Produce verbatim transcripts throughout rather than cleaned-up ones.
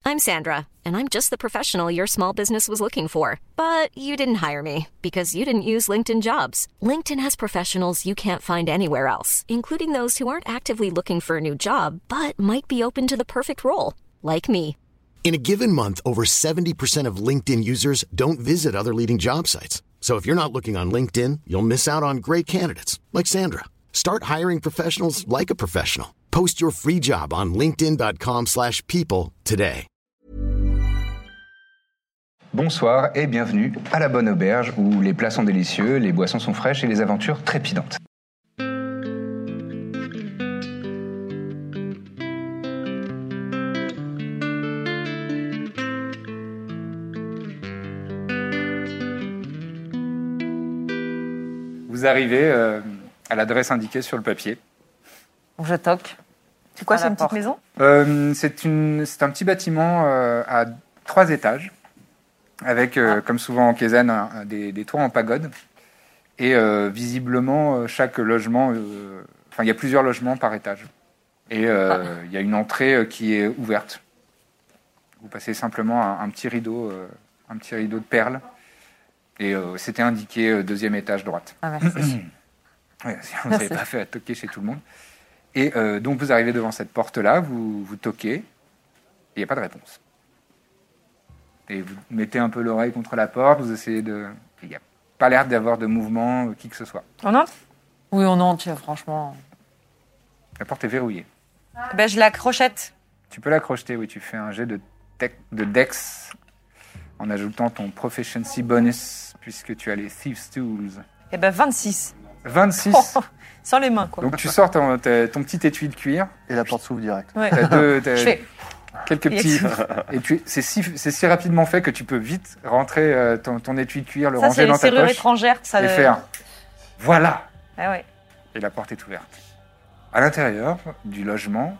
I'm Sandra, and I'm just the professional your small business was looking for. But you didn't hire me because you didn't use LinkedIn Jobs. LinkedIn has professionals you can't find anywhere else, including those who aren't actively looking for a new job, but might be open to the perfect role, like me. In a given month, over seventy percent of LinkedIn users don't visit other leading job sites. So if you're not looking on LinkedIn, you'll miss out on great candidates like Sandra. Start hiring professionals like a professional. Post your free job on linkedin dot com slash people today. Bonsoir et bienvenue à la Bonne Auberge où les plats sont délicieux, les boissons sont fraîches et les aventures trépidantes. Vous arrivez euh, à l'adresse indiquée sur le papier. Je toque. C'est quoi, à c'est la une porte. petite maison? euh, c'est, une, c'est un petit bâtiment euh, à trois étages, avec, euh, ah. comme souvent en Kézanne, un, un, des, des toits en pagode. Et euh, visiblement, euh, chaque logement, euh, enfin, il y a plusieurs logements par étage. Et euh, ah. il y a une entrée euh, qui est ouverte. Vous passez simplement un, un petit rideau, euh, un petit rideau de perles. Et euh, c'était indiqué euh, deuxième étage droite. Ah, merci. Ouais, vous n'avez pas fait à toquer chez tout le monde. Et euh, donc, vous arrivez devant cette porte-là, vous, vous toquez, et il n'y a pas de réponse. Et vous mettez un peu l'oreille contre la porte, vous essayez de... Il n'y a pas l'air d'avoir de mouvement, euh, qui que ce soit. On entre? Oui, on entre, franchement. La porte est verrouillée. Ben, je la crochette. Tu peux la crocheter, oui. Tu fais un jet de, tec- de Dex en ajoutant ton Proficiency bonus, puisque tu as les Thieves' Tools. Eh ben, vingt-six. vingt-six. Oh, sans les mains, quoi. Donc, tu sors ton, ton petit étui de cuir. Et la porte s'ouvre direct. Ouais. T'as deux, t'as Je fais... quelques petits... Et puis, c'est si, c'est si rapidement fait que tu peux vite rentrer euh, ton, ton étui de cuir, le Ça, ranger c'est dans les ta serrures poche étrangères. Ça et le... faire « Voilà !» Ah ouais. Et la porte est ouverte. À l'intérieur du logement,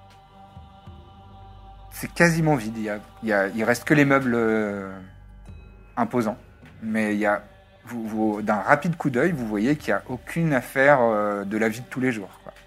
c'est quasiment vide. Il, y a, il, y a, il reste que les meubles euh, imposants. Mais il y a, vous, vous, d'un rapide coup d'œil, vous voyez qu'il n'y a aucune affaire euh, de la vie de tous les jours, quoi.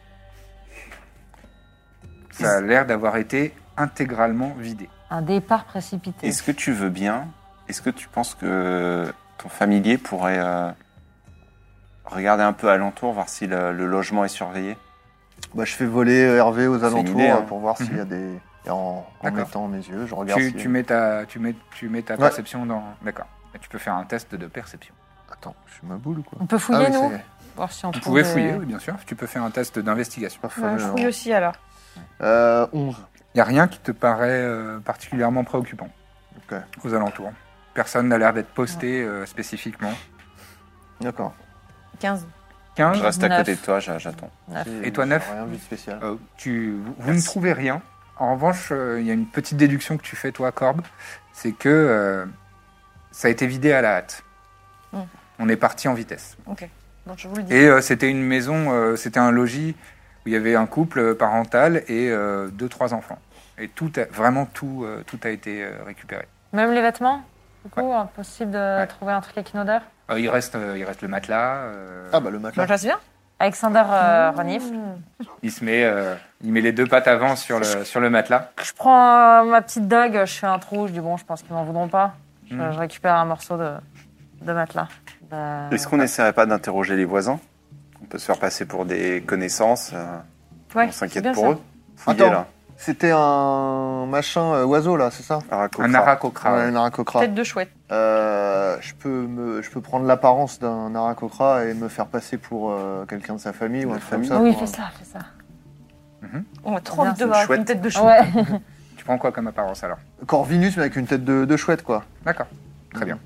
Ça a l'air d'avoir été intégralement vidé. Un départ précipité. Est-ce que tu veux bien, est-ce que tu penses que ton familier pourrait euh, regarder un peu alentour, voir si le, le logement est surveillé? Bah, je fais voler Hervé aux C'est une alentours idée, hein. pour voir Mhm. s'il y a des... Et en, en D'accord. mettant mes yeux, je regarde Tu, si... tu mets ta, tu mets, tu mets ta Ouais. perception dans... D'accord. Et tu peux faire un test de perception. Attends, je suis ma boule ou quoi? On peut fouiller, Ah oui, nous c'est- Voir si on Vous trouve pouvez des- fouiller, oui, bien sûr. Tu peux faire un test d'investigation. pas Ouais, fameux, je alors. fouille aussi, alors. Euh, onze. Il n'y a rien qui te paraît euh, particulièrement préoccupant Ok. aux alentours. Personne n'a l'air d'être posté euh, spécifiquement. D'accord. quinze. quinze. Je reste à Neuf. côté de toi, j'a- j'attends. Neuf. Et toi, j'ai neuf? Rien vu de spécial. Euh, tu, vous vous ne Merci. trouvez rien. En revanche, euh, il y a une petite déduction que tu fais, toi, Corbe. C'est que euh, ça a été vidé à la hâte. Mm. On est parti en vitesse. Ok. Donc, je vous le dis. Et euh, c'était une maison, euh, c'était un logis où il y avait un couple parental et euh, deux, trois enfants. Et tout, a, vraiment tout, euh, tout a été euh, récupéré. Même les vêtements? Du coup, impossible de Ouais. trouver un truc avec une odeur? Euh, il, reste, euh, il reste le matelas. euh, Ah bah le Moi, matelas. je reste bien. Alexander euh, renifle. Il se met, euh, il met les deux pattes avant sur le, sur le matelas. Je prends euh, ma petite dague, je fais un trou, je dis bon, je pense qu'ils m'en voudront pas. Je, Mm. je récupère un morceau de, de matelas. Bah, Est-ce qu'on n'essaierait pas d'interroger les voisins? On peut se faire passer pour des connaissances. euh, Ouais, on c'est s'inquiète bien pour ça. eux. Fouiller, Attends. là. C'était un machin euh, oiseau là, c'est ça? Aracocra. Un aracocra. Ouais, un aracocra. Tête de chouette. Euh, je peux me, je peux prendre l'apparence d'un aracocra et me faire passer pour euh, quelqu'un de sa famille ou De un truc comme famille. ça. oui, pour- fais ça, fais ça. On a trop Bien, envie de c'est voir chouette. une tête de chouette. Ouais. Tu prends quoi comme apparence alors? Corvinus mais avec une tête de, de chouette quoi. D'accord, très bien.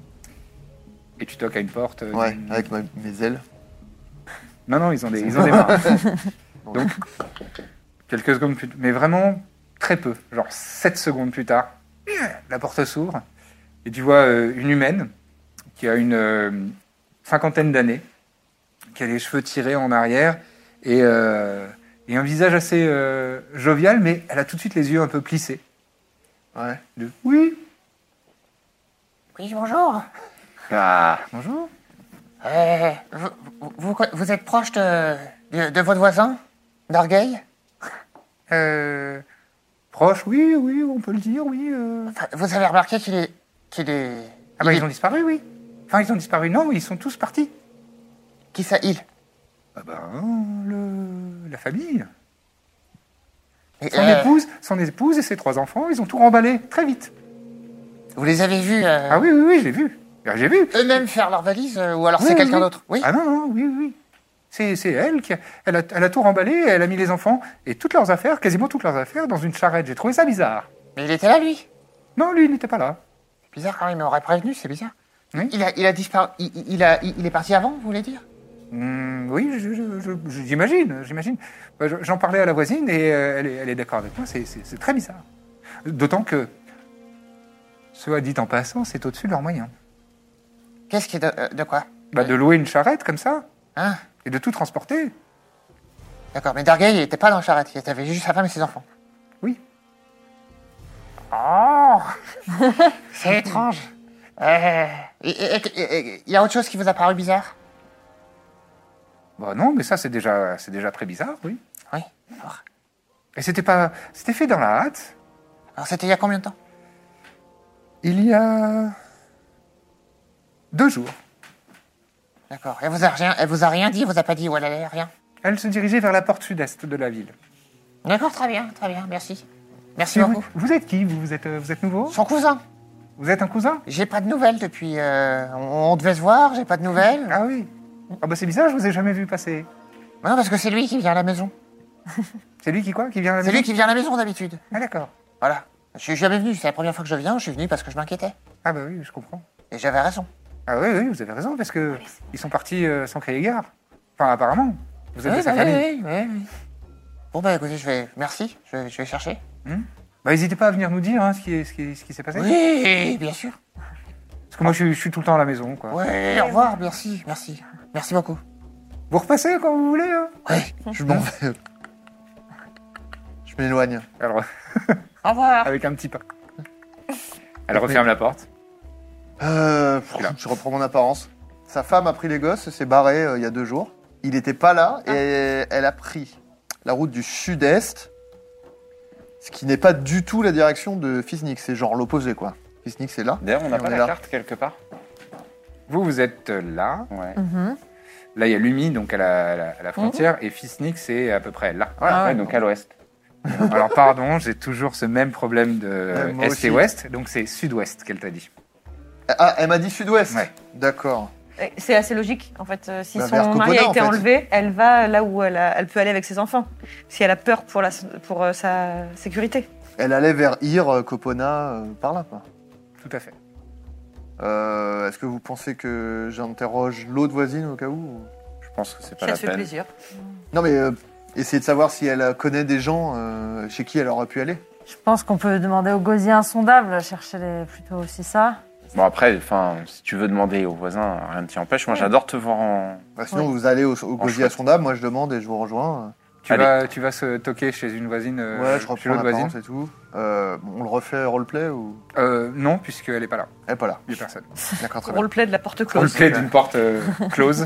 Et tu toques à une porte. euh, Ouais, d'une- avec ma- mes ailes. Non, non, ils ont des, ils ont des mains. Donc, quelques secondes plus tard, mais vraiment très peu, genre sept secondes plus tard, la porte s'ouvre et tu vois euh, une humaine qui a une euh, cinquantaine d'années, qui a les cheveux tirés en arrière et, euh, et un visage assez euh, jovial, mais elle a tout de suite les yeux un peu plissés. Ouais. De, oui, Oui, bonjour. Ah, bonjour. Euh, vous, vous, vous êtes proche de, de, de votre voisin, d'Argueil? Euh, Proche, oui, oui, on peut le dire, oui. euh. Enfin, vous avez remarqué qu'il est... qu'il est... Ah bah il ils est- ont disparu, oui. Enfin, ils ont disparu, non, ils sont tous partis. Qui ça, il Ah bah, le... la famille. Et, Son euh, épouse, son épouse et ses trois enfants, ils ont tout remballé, très vite. Vous les avez vus euh, Ah oui, oui, oui, j'ai vu. Ah, J'ai vu. eux-mêmes faire leur valise euh, ou alors Oui, c'est oui, quelqu'un oui. d'autre? Oui. Ah non, non, oui, oui, oui. C'est, c'est elle qui a, elle, a, elle a tout remballé, elle a mis les enfants et toutes leurs affaires, quasiment toutes leurs affaires, dans une charrette. J'ai trouvé ça bizarre. Mais il était là, lui. Non, lui, il n'était pas là. Bizarre quand même, il m'aurait prévenu, c'est bizarre. Oui. Il, a, il a disparu. Il, il- il a, il, il est parti avant, vous voulez dire? Hmm, oui, je- je- je- je- j'imagine, j'imagine. Bah, je- J'en parlais à la voisine et euh, elle est, elle est d'accord avec moi, c'est, c'est, c'est très bizarre. D'autant que, cela dit en passant, c'est au-dessus de leurs moyens. Qu'est-ce qui est de, euh, de quoi? Bah, de louer une charrette comme ça Hein? et de tout transporter. D'accord, mais Dargay, il était pas dans la charrette, il avait juste sa femme et ses enfants. Oui. Oh c'est étrange. Euh, et- et- et- et- Il y a autre chose qui vous a paru bizarre? Bah non, mais ça, c'est déjà, c'est déjà très bizarre, oui. Oui. Alors, Et c'était pas, c'était fait dans la hâte. alors c'était il y a combien de temps? Il y a deux jours. D'accord. Elle vous a rien, elle vous a rien dit, elle vous a pas dit où elle allait, rien? Elle se dirigeait vers la porte sud-est de la ville. D'accord, très bien, très bien, merci. Merci Et beaucoup. vous, vous êtes qui vous, vous êtes, euh, vous êtes nouveau? Son cousin. Vous êtes un cousin? J'ai pas de nouvelles depuis. euh, on, on devait se voir, j'ai pas de nouvelles. Ah oui. Ah bah c'est bizarre, je vous ai jamais vu passer. Non, parce que c'est lui qui vient à la maison. C'est lui qui quoi? Qui vient à la C'est maison? lui qui vient à la maison d'habitude. Ah d'accord. Voilà. Je suis jamais venu, c'est la première fois que je viens, je suis venu parce que je m'inquiétais. Ah bah oui, je comprends. Et j'avais raison. Ah oui, oui, vous avez raison, parce que ils sont partis euh, sans crier gare. Enfin, apparemment. Vous êtes Oui, de sa bah, famille. oui, oui, oui. Bon, bah écoutez, je vais. Merci, je vais, je vais chercher. Bah n'hésitez pas à venir nous dire hein, ce qui, ce qui, ce qui s'est passé. Oui, bien sûr. Parce que moi, je, suis- je suis tout le temps à la maison, quoi. Ouais, au revoir, merci, merci. Merci beaucoup. Vous repassez quand vous voulez, hein. Oui. Je m'en vais. Je m'éloigne. Alors, Au revoir. avec un petit pas. Elle referme la porte. Euh, Là. je reprends mon apparence. Sa femme a pris les gosses et s'est barrée euh, il y a deux jours. Il n'était pas là et elle a pris la route du sud-est, ce qui n'est pas du tout la direction de Fisnik. C'est genre l'opposé, quoi. Fisnik, c'est là. D'ailleurs, on n'a Et pas est la là. carte quelque part? Vous, vous êtes là. Ouais. Là, il y a Lumi, donc à la, à la- à la frontière, et Fisnik, c'est à peu près là. Ouais, ouais, donc à l'ouest. Alors, pardon, j'ai toujours ce même problème de Ouais, moi est aussi. et ouest, donc c'est sud-ouest qu'elle t'a dit. Ah, elle m'a dit sud-ouest. Ouais. D'accord. Et C'est assez logique, en fait. Euh, Si Bah, vers son Copona, mari a en été fait. enlevé, elle va là où elle, a- elle peut aller avec ses enfants. Si elle a peur pour, la, pour euh, sa sécurité. Elle allait vers Ir, euh, Copona, euh, par là, quoi. Tout à fait. Euh, Est-ce que vous pensez que j'interroge l'autre voisine au cas où ou- Je pense que c'est pas Ça la te fait peine. plaisir. Non, mais euh, essayez de savoir si elle connaît des gens euh, chez qui elle aurait pu aller. Je pense qu'on peut demander au gosier insondable, chercher les... plutôt aussi ça. Bon après, enfin, si tu veux demander aux voisins, rien ne t'y empêche. Moi, j'adore te voir en. Bah, sinon, Ouais. vous allez au, au gosier chouette. insondable, moi je demande et je vous rejoins. Tu Allez. vas, tu vas se toquer chez une voisine, euh, ouais, je chez reprends l'autre voisine. l'apparence et tout. Euh, bon, on le refait roleplay ou... Euh, non, puisqu'elle n'est pas là. Elle est pas là. Il n'y a personne. D'accord, très bien. Roleplay de la porte On le close. plaît d'une porte euh, close.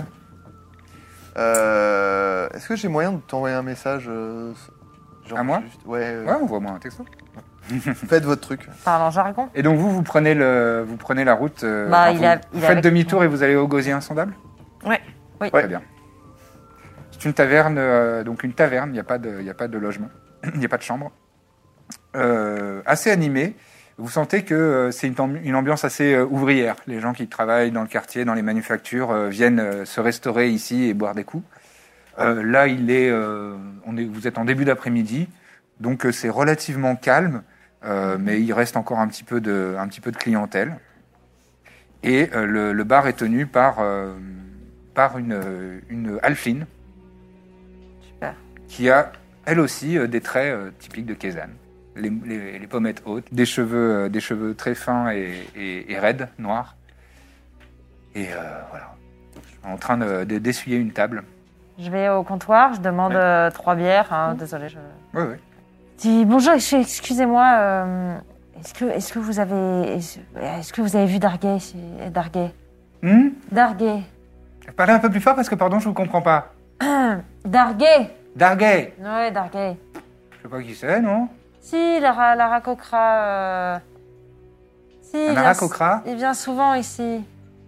Euh, Est-ce que j'ai moyen de t'envoyer un message euh, genre À moi juste- Ouais, euh, Ouais, envoie-moi un texto. faites votre truc. Parle en jargon. Et donc vous, vous prenez, le, vous prenez la route. euh, Bah, enfin, il vous, a- vous il est faites avec- demi-tour et vous allez au gosier insondable. Ouais. Oui. Très bien. C'est une taverne, euh, donc une taverne. Il n'y a pas de, il y a pas de logement, il n'y a pas de chambre. Euh, assez animé. Vous sentez que euh, c'est une, ambi- une ambiance assez euh, ouvrière. Les gens qui travaillent dans le quartier, dans les manufactures, euh, viennent euh, se restaurer ici et boire des coups. Euh, là, il est, euh, on est, vous êtes en début d'après-midi, donc euh, c'est relativement calme, euh, mais il reste encore un petit peu de, un petit peu de clientèle. Et euh, le, le bar est tenu par, euh, par une, euh, une Alphine, Super. qui a elle aussi euh, des traits euh, typiques de Kézanne. Les, les- les pommettes hautes, des cheveux, euh, des cheveux très fins et, et- et raides, noirs. Et euh, voilà. Je suis en train de- de- d'essuyer une table. Je vais au comptoir, je demande Ouais. euh, trois bières. Hein, désolé, je... Oui, oui. Je dis bonjour, ex- excusez-moi. euh, est-ce que, est-ce que vous avez, est-ce, est-ce que vous avez vu Dargay, c'est- Dargay, Hmm Dargay, Parlez un peu plus fort parce que, pardon, je vous comprends pas. Dargay. Dargay. Ouais, Dargay. Je sais pas qui c'est, non? Si, Lara, Lara Coquera. Euh... Si, il Lara vient- Coquera Il vient souvent ici.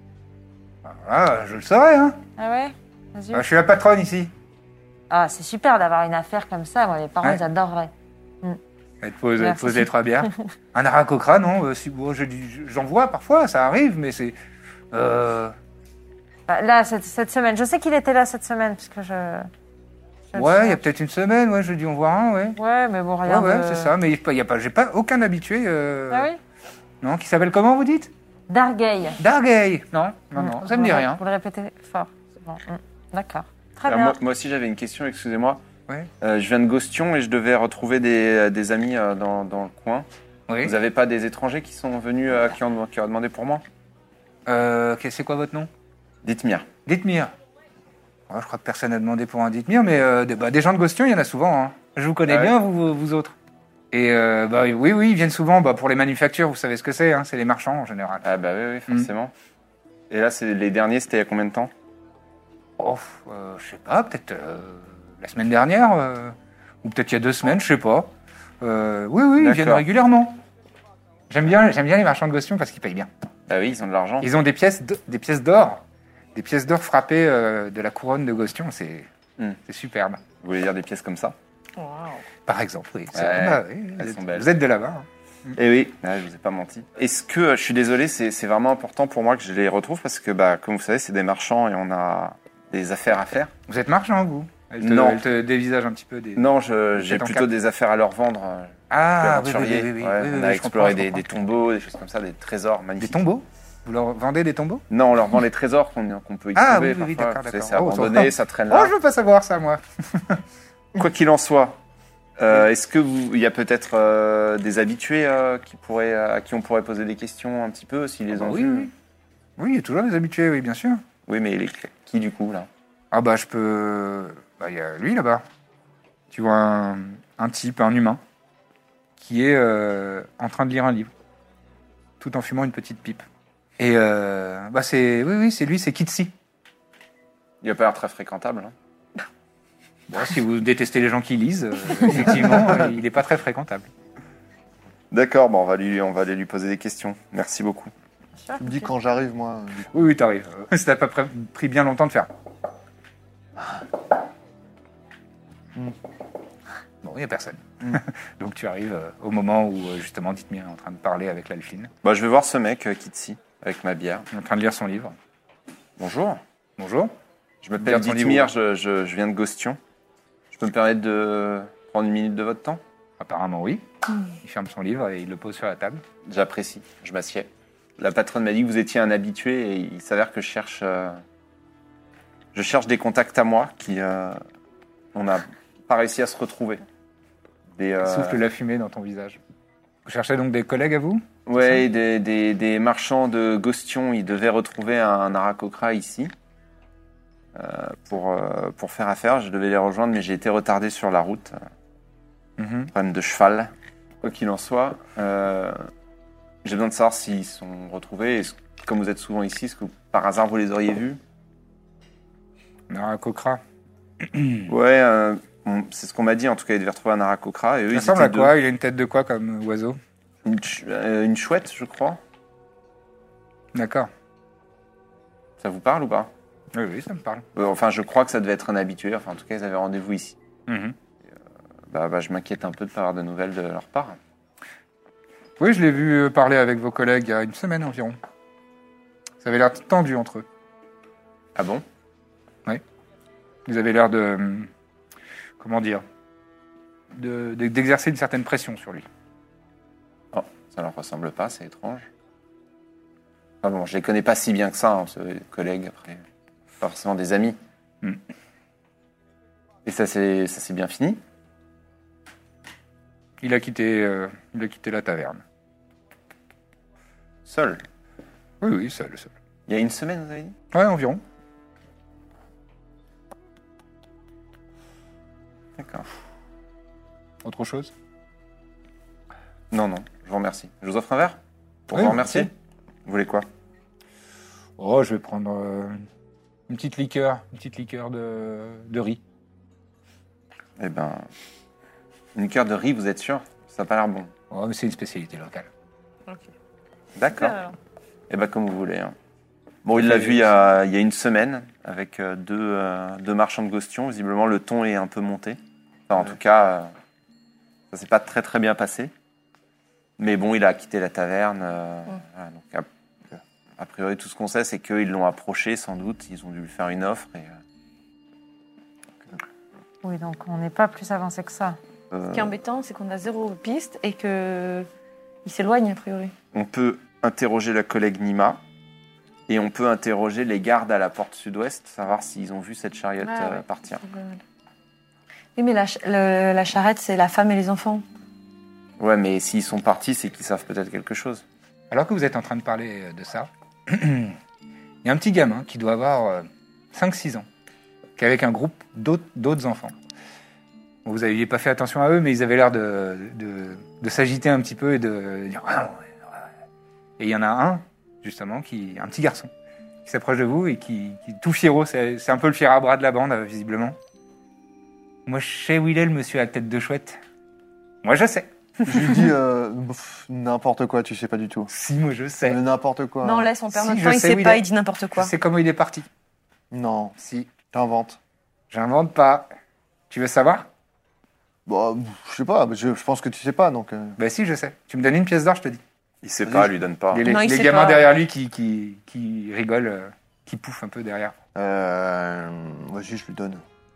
Ah, je le saurais, hein. Ah ouais Vas-y. Ah, je suis la patronne ici. Ah, c'est super d'avoir une affaire comme ça. Moi, les parents, Ouais. ils adoreraient. Elle te pose, elle te Merci. pose les trois bières. Un Lara Coquera, non, euh, si, bon, je dis- j'en vois parfois, ça arrive, mais c'est... Euh, Bah, là, cette, cette semaine. Je sais qu'il était là cette semaine, puisque je... je le ouais, il y a sais. peut-être une semaine, ouais, je dis on voit un, ouais. Ouais, mais bon, Ouais, rien ouais, de- c'est ça, mais il y a pas, j'ai pas aucun habitué. euh, Ah oui Non, qui s'appelle comment, vous dites Dargay. Dargay. Non, non, non, Mm. ça me dit Vous le- rien. Vous le répétez fort. C'est bon. Mm. D'accord. Très Alors, bien. moi, moi aussi, j'avais une question, excusez-moi. Ouais. Euh, je viens de Gostion et je devais retrouver des, des amis euh, dans, dans le coin. Oui. Vous n'avez pas des étrangers qui sont venus, euh, qui, ont, qui ont demandé pour moi Euh, que- c'est quoi votre nom Dites-moi. Dithmir. Ouais, je crois que personne n'a demandé pour un Dithmir, mais euh, des, bah, des gens de Gostion, il y en a souvent. Hein. Je vous connais Ah ouais bien, vous, vous, vous autres. Et euh, bah, oui, oui, ils viennent souvent bah, pour les manufactures, vous savez ce que c'est, hein, c'est les marchands en général. Ah bah oui, oui, forcément. Et là, c'est les derniers, c'était il y a combien de temps Oh, euh, je sais pas, peut-être euh, la semaine dernière, euh, ou peut-être il y a deux semaines, je sais pas. Euh, oui, oui, ils D'accord. viennent régulièrement. J'aime bien, j'aime bien les marchands de Gostion parce qu'ils payent bien. Bah oui, ils ont de l'argent. Ils ont des pièces, de- des pièces d'or, des pièces d'or frappées euh, de la couronne de Gostion, c'est Hmm. c'est superbe. Vous voulez dire des pièces comme ça Par exemple, oui. c'est- Ouais, bah, oui, elles vous, sont êtes, belles. vous êtes de là-bas. hein. Eh oui, ah, je vous ai pas menti. Est-ce que, euh, je suis désolé, c'est c'est vraiment important pour moi que je les retrouve parce que, bah, comme vous savez, c'est des marchands et on a des affaires à faire. Vous êtes marchand, vous elle te, Non. Elle te dévisage un petit peu des... Non, je- j'ai êtes en plutôt cap. des affaires à leur vendre. euh, Ah, oui, oui, aventurier. oui, oui, oui, Ouais, oui, on oui, a je exploré comprends, je des, des comprends. tombeaux, des choses comme ça, des trésors Des magnifiques. tombeaux Vous leur vendez des tombeaux Non, on leur vend les trésors qu'on qu'on peut y Ah, trouver. oui, oui, oui, parfois. d'accord, C'est- C'est d'accord. Oh, abandonné, ça- ça traîne Oh, là. je veux pas savoir ça, moi. Quoi qu'il en soit, euh, est-ce que vous, il y a peut-être euh, des habitués euh, qui pourraient, à qui on pourrait poser des questions un petit peu s'ils les Ah bah ont oui, vus oui. Oui, il y a toujours des habitués, oui, bien sûr. Oui, mais les- qui du coup là Ah bah, je peux... Bah, il y a lui, là-bas. Tu vois un, un type, un humain, qui est euh, en train de lire un livre, tout en fumant une petite pipe. Et euh, bah, c'est... Oui, oui, c'est lui, c'est Kitsi. Il a pas l'air très fréquentable. Hein. Bon, si vous détestez les gens qui lisent, euh, effectivement, euh, il n'est pas très fréquentable. D'accord, bon, on va lui, on va aller lui poser des questions. Merci beaucoup. Tu me dis quand j'arrive, moi. du coup. Oui, oui, t'arrives. Euh, Ça t'a pas pr- pris bien longtemps de faire. Mm. Bon, il n'y a personne. Donc tu arrives euh, au moment où, euh, justement, Dithmir est en train de parler avec l'Alphine. Bah, je vais voir ce mec, euh, Kitsi, avec ma bière. Il est en train de lire son livre. Bonjour. Bonjour. Je m'appelle Garde ton Dithmir, livre. je, je, je viens de Gostion. Je peux me permettre de prendre une minute de votre temps? Apparemment, oui. Il ferme son livre et il le pose sur la table. J'apprécie, je m'assieds. La patronne m'a dit que vous étiez un habitué et il s'avère que je cherche, euh, je cherche des contacts à moi qui, euh, on n'a pas réussi à se retrouver. Des, euh, Souffle la fumée dans ton visage. Vous cherchez donc des collègues à vous? ouais, des, des, des marchands de Gostion, ils devaient retrouver un Arakokra ici euh, pour, euh, pour faire affaire. Je devais les rejoindre, mais j'ai été retardé sur la route. Mhm. Problème de cheval. Quoi qu'il en soit, euh, j'ai besoin de savoir s'ils sont retrouvés. Est-ce- comme vous êtes souvent ici, est-ce que par hasard vous les auriez vus? Nara Kokra. Ouais, euh, on- c'est ce qu'on m'a dit. En tout cas, ils devaient retrouver un Arakokra. Et eux, Il ils ressemble à étaient quoi? Il a une tête de quoi comme oiseau? deux. Une, ch- euh, une chouette, je crois. D'accord. Ça vous parle ou pas? Oui, oui, ça me parle. Euh, Enfin, je crois que ça devait être un habitué. Enfin, en tout cas, ils avaient rendez-vous ici. Mhm. Bah, bah, je m'inquiète un peu de ne pas avoir de nouvelles de leur part. Oui, je l'ai vu euh, parler avec vos collègues il y a une semaine environ. Ça avait l'air tendu entre eux. Ah bon? Ils avaient l'air de... hum, Comment dire de- de- d'exercer une certaine pression sur lui. Oh, ça leur ressemble pas, c'est étrange. Ah bon, je les connais pas si bien que ça, hein, ces collègues, après. Pas forcément des amis. Hmm. Et ça s'est ça s'est bien fini? Il a quitté, euh, il a quitté la taverne. Seul? Oui, oui, seul, seul. Il y a une semaine, vous avez dit? Ouais, environ. D'accord. Autre chose? Non, non, je vous remercie. Je vous offre un verre? Pour Oui, vous remercier? merci. Vous voulez quoi? Oh, je vais prendre euh, une petite liqueur, une petite liqueur de, de riz. Eh ben, une liqueur de riz, vous êtes sûr? Ça n'a pas l'air bon. Oh, mais c'est une spécialité locale. D'accord. alors. Et bah comme vous voulez. hein. Bon, il l'a vu il y, a, il y a une semaine avec euh, deux, euh, deux marchands de Gostion. Visiblement, le ton est un peu monté. Enfin, en tout cas, euh, ça s'est pas très très bien passé. Mais bon, il a quitté la taverne. euh, voilà, donc, a, a priori, tout ce qu'on sait, c'est qu'ils l'ont approché, sans doute. Ils ont dû lui faire une offre. Et, Oui, donc on n'est pas plus avancé que ça. euh, Ce qui est embêtant, c'est qu'on a zéro piste et que il s'éloigne a priori. on peut interroger la collègue Nima. Et on peut interroger les gardes à la porte sud-ouest, savoir s'ils ont vu cette chariote Ah, euh, ouais. partir. Oui, mais la, ch- le- la charrette, c'est la femme et les enfants. Ouais, mais s'ils sont partis, c'est qu'ils savent peut-être quelque chose. Alors que vous êtes en train de parler euh, de ça, il y a un petit gamin qui doit avoir euh, cinq six ans, qui est avec un groupe d'autres d'autres enfants. Bon, vous n'aviez pas fait attention à eux, mais ils avaient l'air de, de, de s'agiter un petit peu et de dire... Ah, ouais, ouais. Et il y en a un, justement, qui, un petit garçon, qui s'approche de vous et qui, qui tout fiero, c'est c'est un peu le fier à bras de la bande, euh, visiblement. Moi, je sais où il est, le monsieur à la tête de chouette. Moi, je sais. Je lui dis euh, pff, n'importe quoi, tu sais pas du tout. Si, moi, je sais. Mais n'importe quoi. Non, laisse, on perd Si, notre je temps, il sais sait où il pas, est. il dit n'importe quoi. Je sais comment il est parti. Non, Si, t'inventes. j'invente pas. Tu veux savoir? Bon, pff, je sais pas, je, je pense que tu sais pas, donc... euh, Ben si, je sais. Tu me donnes une pièce d'or, je te dis. Il sait Vas-y, pas, je- lui donne pas. Il y a les, Non, il les sait gamins pas. derrière lui qui, qui, qui rigolent, euh, qui pouffent un peu derrière. Euh, vas-y, je lui donne.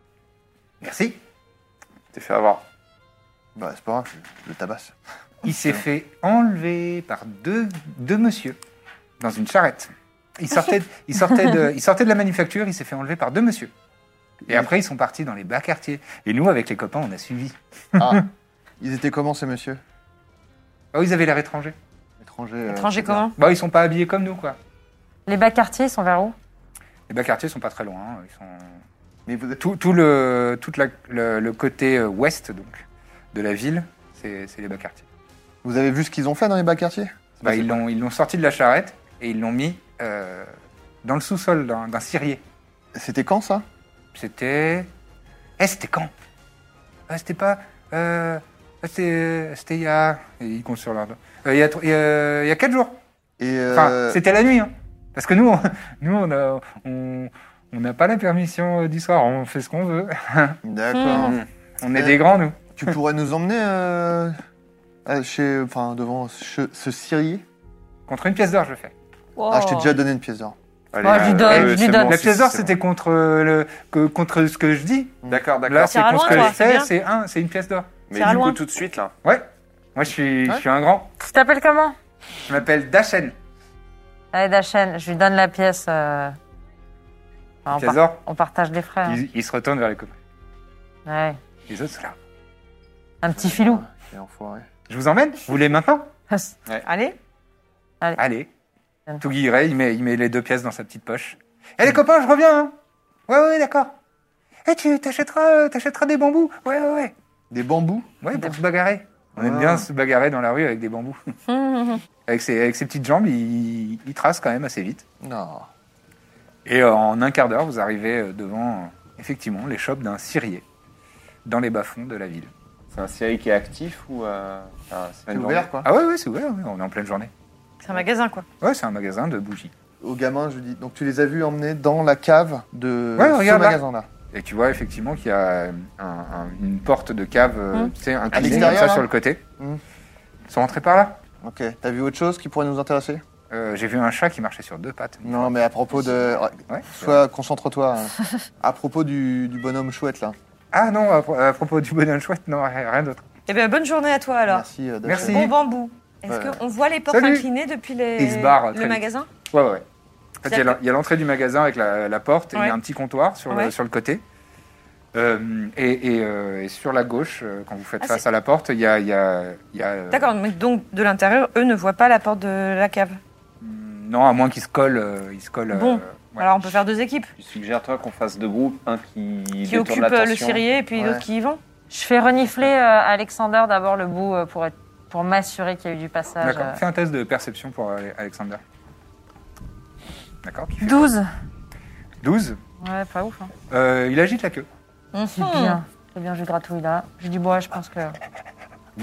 Merci. T'es fait avoir. Bah, c'est pas grave, je le tabasse. Il s'est fait enlever par deux, deux monsieur dans une charrette. Il sortait, il, sortait de, il sortait de la manufacture, il s'est fait enlever par deux monsieur. Et après, ils sont partis dans les bas quartiers. Et nous, avec les copains, on a suivi. Ah, ils étaient comment ces messieurs? Oh, ils avaient l'air étrangers. Étrangers. euh, Étranger c'est-à-dire- comment Bah, ils sont pas habillés comme nous, quoi. Les bas quartiers, ils sont vers où? Les bas quartiers sont pas très loin. hein. Ils sont... Mais vous êtes... Tout, tout le, toute la- le, le côté euh, ouest donc, de la ville, c'est c'est les bas quartiers. Vous avez vu ce qu'ils ont fait dans les bas quartiers? C'est Bah, passé ils quoi l'ont ils l'ont sorti de la charrette et ils l'ont mis euh, dans le sous-sol d'un d'un scirier. C'était quand ça? C'était. Eh, c'était quand ah, C'était pas. Euh, c'était c'était il y a. Ils comptent sur leur. Euh, il, y a, tro- il, y a, il y a quatre jours. Et Enfin, euh, c'était la nuit. Hein. Parce que nous, on, nous, on a. On, on n'a pas la permission euh, du soir, on fait ce qu'on veut. D'accord. On est Euh, des grands, nous. Tu pourrais nous emmener euh, à chez, enfin, devant ce, ce scirier? Contre une pièce d'or, je le fais. Ah, je t'ai déjà donné une pièce d'or. Allez, Ouais, je lui donne, euh, je lui c'est donne. bon, La si, pièce d'or, c'est c'était contre, euh, le, que- contre ce que je dis. bon. D'accord, Là, d'accord. c'est Ça ira contre ce loin, que toi, je c'est fais, bien. c'est un, c'est une pièce d'or. Mais Ça ira du coup, loin. tout de suite, là. Ouais. Moi, je suis, Ouais. je suis un grand. Tu t'appelles comment? Je m'appelle Dachen. Allez, Dachen, je lui donne la pièce. euh, on, Pièce par- d'or. on partage les frais. hein. Il, il se retourne vers les copains. Ouais. Les autres sont là. Un petit filou. Quel enfoiré. Je vous emmène? Vous voulez maintenant? Allez. Allez. Tout guilleret, il met, il met les deux pièces dans sa petite poche. Eh les copains, je reviens. Hein. Ouais, ouais, d'accord. Eh, tu t'achèteras, euh, t'achèteras des bambous? Ouais, ouais, ouais. Des bambous? Ouais, pour se bagarrer. On aime Ah. bien se bagarrer dans la rue avec des bambous. avec, ses, avec ses petites jambes, il, il trace quand même assez vite. Non. Et euh, en un quart d'heure, vous arrivez euh, devant, euh, effectivement, les shops d'un scirier, dans les bas-fonds de la ville. C'est un scirier qui est actif ou. Euh... ah, c'est pas C'est une ouvert, journée quoi. Ah ouais, ouais, c'est ouvert, ouais, on est en pleine journée. C'est un magasin, quoi. Ouais, c'est un magasin de bougies. Au gamin, je lui dis, donc tu les as vus emmener dans la cave de Ouais, ce regarde là. magasin-là. Et tu vois effectivement qu'il y a un- un- une porte de cave, euh, Hum. tu sais, inclinée comme l'extérieur, ça là sur le côté. Hum. Ils sont rentrés par là. Ok. T'as vu autre chose qui pourrait nous intéresser? Euh, J'ai vu un chat qui marchait sur deux pattes. Non, mais à propos de... Ouais. Soit concentre-toi. hein. À propos du, du bonhomme chouette, là. Ah non, à, pro- à propos du bonhomme chouette, non, rien rien d'autre. Eh bien, bonne journée à toi, alors. Merci. euh, Daphné. Merci. Bon bambou. Est-ce Ouais. qu'on voit les portes Salut. inclinées depuis les... Et il se barre très le vite. magasin? Ouais, ouais, ouais. En fait, il y a C'est- la- il y a l'entrée du magasin avec la, la porte et il y Ouais. a un petit comptoir sur, Ouais. le, sur le côté. Euh, et, et, euh, et sur la gauche, euh, quand vous faites Ah, face c'est- à la porte, il y a... il y a- il y a, euh, D'accord, mais donc de l'intérieur, eux ne voient pas la porte de la cave. Non, à moins qu'ils se collent. euh, ils se collent euh, Bon. ouais. Alors on peut faire deux équipes. Je suggère, toi, qu'on fasse deux groupes. Un qui, Qui détourne occupent euh, le l'attention. cirier et puis Ouais. d'autres qui y vont. Je fais renifler euh, Alexander d'abord le bout euh, pour, être- pour m'assurer qu'il y a eu du passage. D'accord. euh. Fais un test de perception pour Ale- Alexander. D'accord. qui fait douze. douze. Ouais, pas ouf. Hein. Euh, il agite la queue. C'est bien. C'est bien, je gratouille là. Je dis, bon, ouais, je pense que.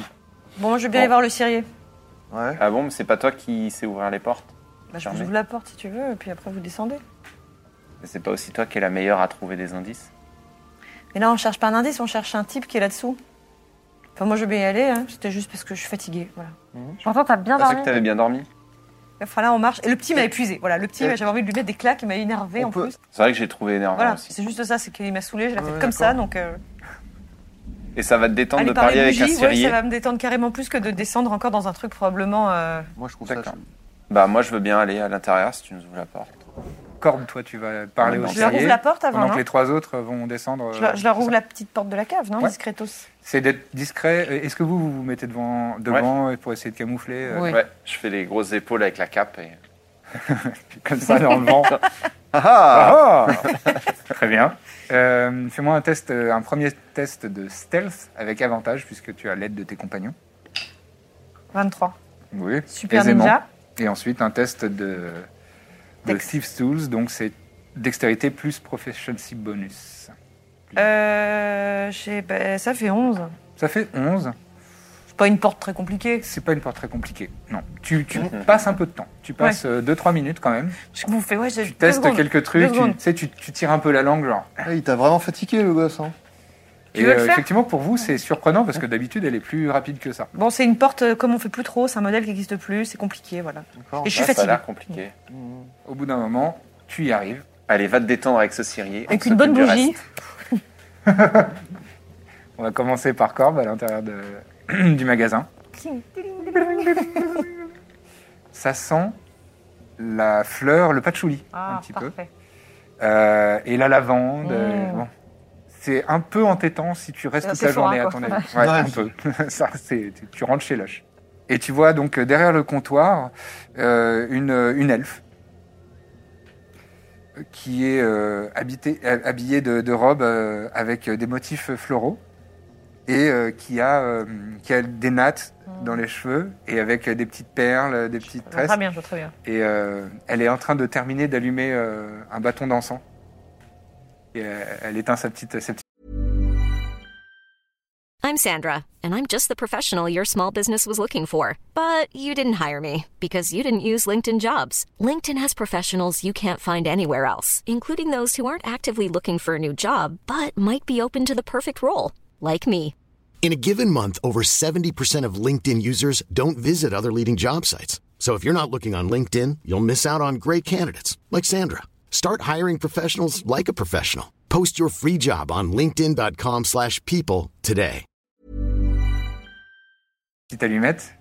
Bon, moi, je veux bien Bon. aller voir le cirier. Ouais. Ah bon, mais c'est pas toi qui sais ouvrir les portes. Bah, je Fermé. vous ouvre la porte si tu veux, et puis après, vous descendez. Mais c'est pas aussi toi qui es la meilleure à trouver des indices. Mais là, on cherche pas un indice, on cherche un type qui est là-dessous. Enfin, moi, je veux bien y aller, hein. C'était juste parce que je suis fatiguée, voilà. Pourtant, t'as bien C'est vrai dormi. que t'avais bien dormi. Enfin, là, on marche. Et le petit m'a épuisé. Voilà, le petit, Et- j'avais envie de lui mettre des claques, il m'a énervé On en peut- plus. C'est vrai que j'ai trouvé énervant Voilà, aussi. c'est juste ça, c'est qu'il m'a saoulé, je l'ai Ouais, fait comme ça, donc. Euh... Et ça va te détendre Aller de par parler les avec un bougies, ouais, cirier. ça va me détendre carrément plus que de descendre encore dans un truc probablement. Euh... Moi, je trouve ça D'accord. chelou. Bah moi je veux bien aller à l'intérieur si tu nous ouvres la porte. Corbe, toi, tu vas parler au Je leur ouvre cirier, la porte avant, pendant que non les trois autres vont descendre. Je leur, je leur euh, ouvre la petite porte de la cave, non, Ouais. discretos. C'est d'être discret. Est-ce que vous vous vous mettez devant, devant pour essayer de camoufler euh, Oui. Ouais, je fais les grosses épaules avec la cape et... comme ça dans le vent? Ah, Ah Très bien. Euh, Fais-moi un test, euh, un premier test de stealth avec avantage puisque tu as l'aide de tes compagnons. vingt-trois. Oui. Super aisément. ninja. Et ensuite un test de, de Dex. Thieves Tools, donc c'est dextérité plus proficiency bonus. Euh, j'ai- bah, ça fait onze. Ça fait onze. C'est pas une porte très compliquée. C'est pas une porte très compliquée. Non. Tu, tu passes un peu de temps. Tu passes deux trois minutes quand même. Je vous fais, ouais, j'ai Tu deux testes secondes. quelques Deux trucs. Tu, secondes. tu sais, tu, tu tires un peu la langue, genre. Ah, il t'a vraiment fatigué, le gosse. Hein. Tu Et veux le euh, faire effectivement, pour vous, c'est surprenant parce que d'habitude, elle est plus rapide que ça. Bon, c'est une porte, euh, comme on fait plus trop, c'est un modèle qui n'existe plus, c'est compliqué, voilà. D'accord. Et je suis Là, ça a fatiguée. l'air compliqué. Au bout d'un moment, tu y arrives. Allez, va te détendre avec ce cirier. Avec on une bonne s'occupe du bougie. reste. On va commencer par Corbe à l'intérieur de- du magasin. Ça sent la fleur, le patchouli, un Ah, petit peu. parfait. Euh, et la lavande. euh, Mmh. bon. C'est un peu entêtant si tu restes Euh, toute la Sephora, journée, à quoi. ton avis. Ouais, Ouais. un peu. Ça, c'est, tu- tu rentres chez Lush. Et tu vois donc euh, derrière le comptoir euh, une, une elfe euh, qui est euh, habité- euh, habillée de, de robes euh, avec euh, des motifs floraux et euh, qui, a, euh, qui a des nattes dans les cheveux et avec euh, des petites perles, des petites Je vois tresses. Très bien, je vois très bien. Et euh, elle est en train de terminer d'allumer euh, un bâton d'encens. Et euh, elle éteint sa petite, sa petite... I'm Sandra, and I'm just the professional your small business was looking for. But you didn't hire me because you didn't use LinkedIn Jobs. LinkedIn has professionals you can't find anywhere else, including those who aren't actively looking for a new job, but might be open to the perfect role, like me. In a given month, over seventy percent of LinkedIn users don't visit other leading job sites. So if you're not looking on LinkedIn, you'll miss out on great candidates like Sandra. Start hiring professionals like a professional. Post your free job on linkedin.com slash people today. petite allumette.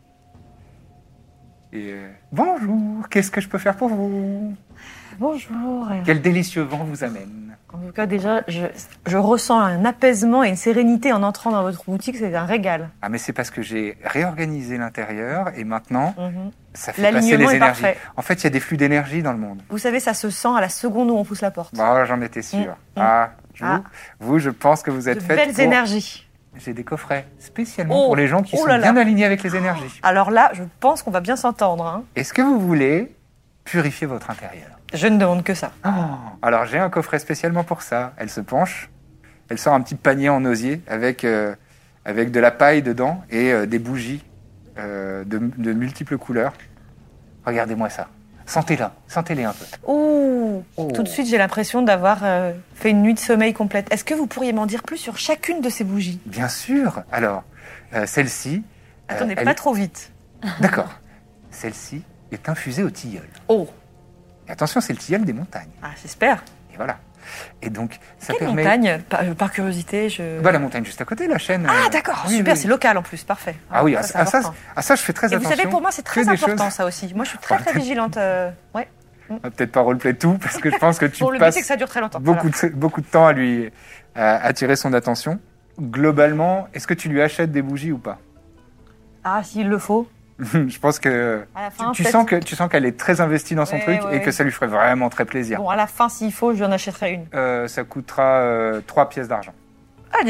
Et euh, bonjour, qu'est-ce que je peux faire pour vous? Bonjour. Quel délicieux vent vous amène? En tout cas, déjà, je, je ressens un apaisement et une sérénité en entrant dans votre boutique, c'est un régal. Ah mais c'est parce que j'ai réorganisé l'intérieur et maintenant Mhm. ça fait passer L'alignement les est énergies. parfait. En fait, il y a des flux d'énergie dans le monde. Vous savez, ça se sent à la seconde où on pousse la porte. Bon, j'en étais sûr. Mm, mm. Ah, vous, Ah. vous, je pense que vous De êtes fait belles pour... énergies. J'ai des coffrets spécialement Oh, pour les gens qui oh sont là là. bien alignés avec les énergies. Alors là, je pense qu'on va bien s'entendre. Hein. Est-ce que vous voulez purifier votre intérieur? Je ne demande que ça. Oh, alors j'ai un coffret spécialement pour ça. Elle se penche, elle sort un petit panier en osier avec, euh, avec de la paille dedans et euh, des bougies euh, de, de multiples couleurs. Regardez-moi ça. Sentez-la, sentez-les un peu. Ouh, Oh. tout de suite, j'ai l'impression d'avoir euh, fait une nuit de sommeil complète. Est-ce que vous pourriez m'en dire plus sur chacune de ces bougies? Bien sûr. Alors, euh, celle-ci... euh, Attendez, elle pas est- trop vite. D'accord. Celle-ci est infusée au tilleul. Oh, Et attention, c'est le tilleul des montagnes. ah, j'espère. Et voilà. Et donc, ça Quelle permet... montagne par, euh, par curiosité, je... Bah, la montagne juste à côté, la chaîne. Ah, euh, d'accord, oui, super, oui. c'est local en plus, parfait. Ah oui, à, c'est à ça, important. à ça, je fais très Et vous attention. savez, pour moi, c'est très Que des important, choses- ça aussi. Moi, je suis très, Oh, très vigilante. euh, ouais. On va peut-être pas roleplay tout, parce que je pense que tu Bon, le but, passes c'est que ça dure très longtemps. beaucoup, Voilà. de, beaucoup de temps à lui à attirer son attention. Globalement, est-ce que tu lui achètes des bougies ou pas? Ah, s'il le faut. Je pense que À la tu, fin, tu peut-être. sens que tu sens qu'elle est très investie dans son Ouais, truc ouais, et que ouais. ça lui ferait vraiment très plaisir. Bon, à la fin, s'il faut, je lui en achèterai une. Euh, ça coûtera euh, trois pièces d'argent. Ah, dis donc.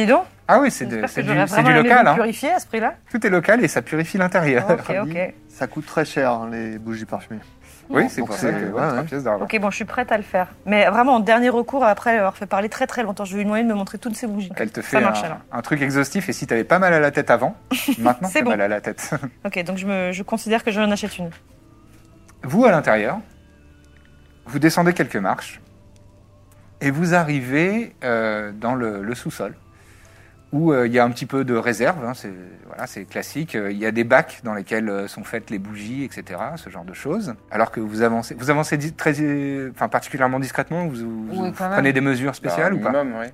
Ah oui, c'est de- J'espère c'est que du, j'aurais c'est vraiment du aimé local. vous Hein. purifier à ce prix-là. Tout est local et ça purifie l'intérieur. Ok, ok. Ça coûte très cher, hein, les bougies parfumées. Oui, c'est Donc pour c'est- ça que ouais, ouais, trois ouais. pièces d'argent. Ok, bon, je suis prête à le faire. Mais vraiment, en dernier recours, après avoir fait parler très très longtemps, je vais lui demander de me montrer toutes ces bougies. Elle te Ça fait marche, un, alors. un truc exhaustif et si t'avais pas mal à la tête avant, maintenant C'est t'as bon. mal à la tête. Ok, donc je, me, je considère que je en achète une. Vous, à l'intérieur, vous descendez quelques marches et vous arrivez euh, dans le, le sous-sol où euh, il y a un petit peu de réserve, hein, c'est voilà, c'est classique. Euh, Il y a des bacs dans lesquels euh, sont faites les bougies, et cetera, ce genre de choses. Alors que vous avancez, vous avancez di- très, euh, enfin, particulièrement discrètement, vous, vous- Oui, vous quand même. prenez des mesures spéciales Bah, ou pas minimum, oui.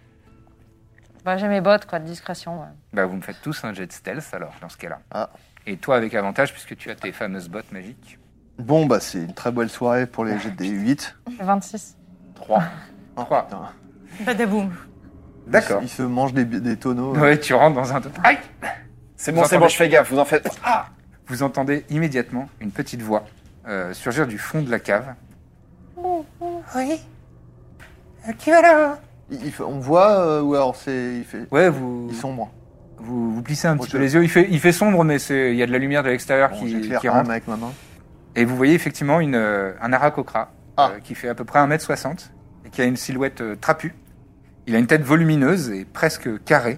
Bah, j'ai mes bottes, quoi, de discrétion. Ouais. Bah, vous me faites tous un jet de stealth alors, dans ce cas-là. Ah. Et toi avec avantage puisque tu as tes fameuses bottes magiques. Bon, bah c'est une très belle soirée pour les jets de D huit. vingt-six. trois. Trois. Badaboum. D'accord. Il se mange des, des tonneaux. Ouais, tu rentres dans un... Aïe C'est Vous bon, c'est entendez- bon, je fais gaffe, vous en faites. Ah Vous entendez immédiatement une petite voix euh, surgir du fond de la cave. Oui. Euh, qui va là? Il, il fait- on voit euh, ou alors c'est il fait Ouais, vous, il sombre. vous, vous plissez un Bon, petit je- peu les yeux. Il fait, il fait sombre, mais c'est- il y a de la lumière de l'extérieur Bon, qui, j'éclaire qui quand rentre. même avec ma main. Et vous voyez effectivement une, euh, un Arakokra Ah. euh, qui fait à peu près un mètre soixante et qui a une silhouette euh, trapue. Il a une tête volumineuse et presque carrée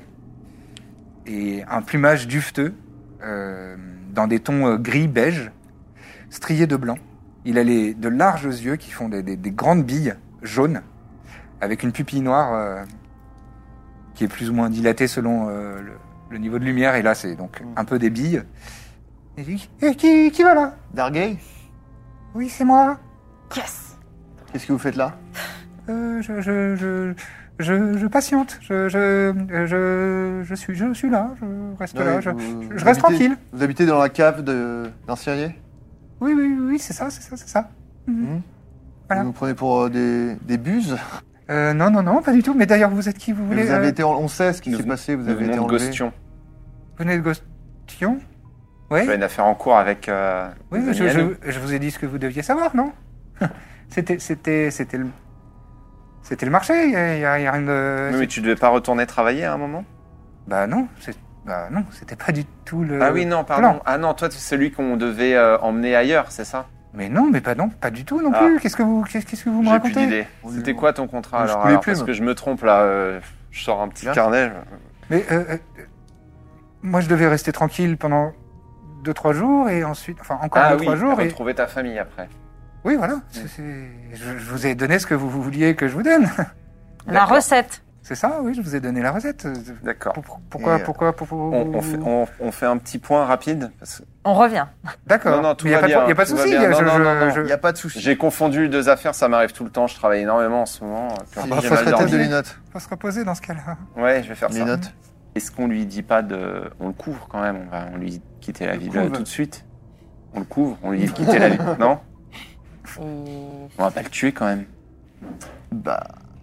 et un plumage duveteux euh, dans des tons euh, gris-beige striés de blanc. Il a les, de larges yeux qui font des, des- des grandes billes jaunes avec une pupille noire euh, qui est plus ou moins dilatée selon euh, le, le niveau de lumière. Et là, c'est donc un peu des billes. Et il dit, Eh, qui, qui va là? Dargay, Oui, c'est moi. Yes. qu'est-ce que vous faites là? Euh, je, je, je, je, je patiente. Je, je, je, je, suis, je suis là. Je reste là. Ouais, Je, vous- je- vous je reste habitez- tranquille. Vous habitez dans la cave de- d'un serrier? Oui, oui, oui, c'est ça, c'est ça, c'est ça. Mhm. Voilà. Vous nous prenez pour euh, des, des buses? Euh, non, non, non, pas du tout. Mais d'ailleurs, vous êtes qui? Vous voulez Vous avez euh, été en- on sait ce qui Nous- s'est passé, vous Nous avez été venons de enlevé. Gostion. Vous venez de Gostion? Oui. Tu as une affaire en cours avec. Euh, Oui, des je, amis à nous. je, je vous ai dit ce que vous deviez savoir, non? C'était, c'était, c'était le, c'était le marché. Il y a, il y a- il y a rien de. Oui, mais tu devais pas retourner travailler à un moment Bah non, c'est, bah non, c'était pas du tout le. Ah oui, non, pardon. plan. Ah non, toi, c'est celui qu'on devait euh, emmener ailleurs, c'est ça? Mais non, mais pas non, pas du tout non Ah. plus. Qu'est-ce que vous, qu'est-ce, qu'est-ce que vous me J'ai plus racontez? d'idée. On C'était lui- quoi ton contrat Je alors, coupe les alors plumes. Parce que je me trompe là, euh, je sors un petit Bien. carnet. Mais euh, euh, moi, je devais rester tranquille pendant deux trois jours et ensuite, enfin encore Ah deux oui, trois jours. Et... retrouver ta famille après. Oui, voilà. c'est- c'est- Je, je vous ai donné ce que vous, vous vouliez que je vous donne. La D'accord. recette. C'est ça, oui, je vous ai donné la recette. D'accord. Pour- Pourquoi, Et, euh, pourquoi, pourquoi, On, on fait, on, on fait un petit point rapide. Parce que On revient. D'accord. Non, non, tout Mais y a va pas de- bien, y a pas de tout va souci. bien. y a- Non, je- non, je- non, non. je- Il n'y a pas de souci. j'ai confondu deux affaires, ça m'arrive tout le temps. Je travaille énormément en ce moment. Quand Il j'ai faut se mal retraiter dormi. de Linotte. Faut se reposer dans ce cas-là. Ouais, je vais faire ça. Linotte. Est-ce qu'on lui dit pas de. On le couvre quand même, on va on lui dit de quitter la ville couvre. euh, tout de suite. On le couvre, on lui dit de quitter la ville. Non? Et... On va pas le tuer quand même. Bah,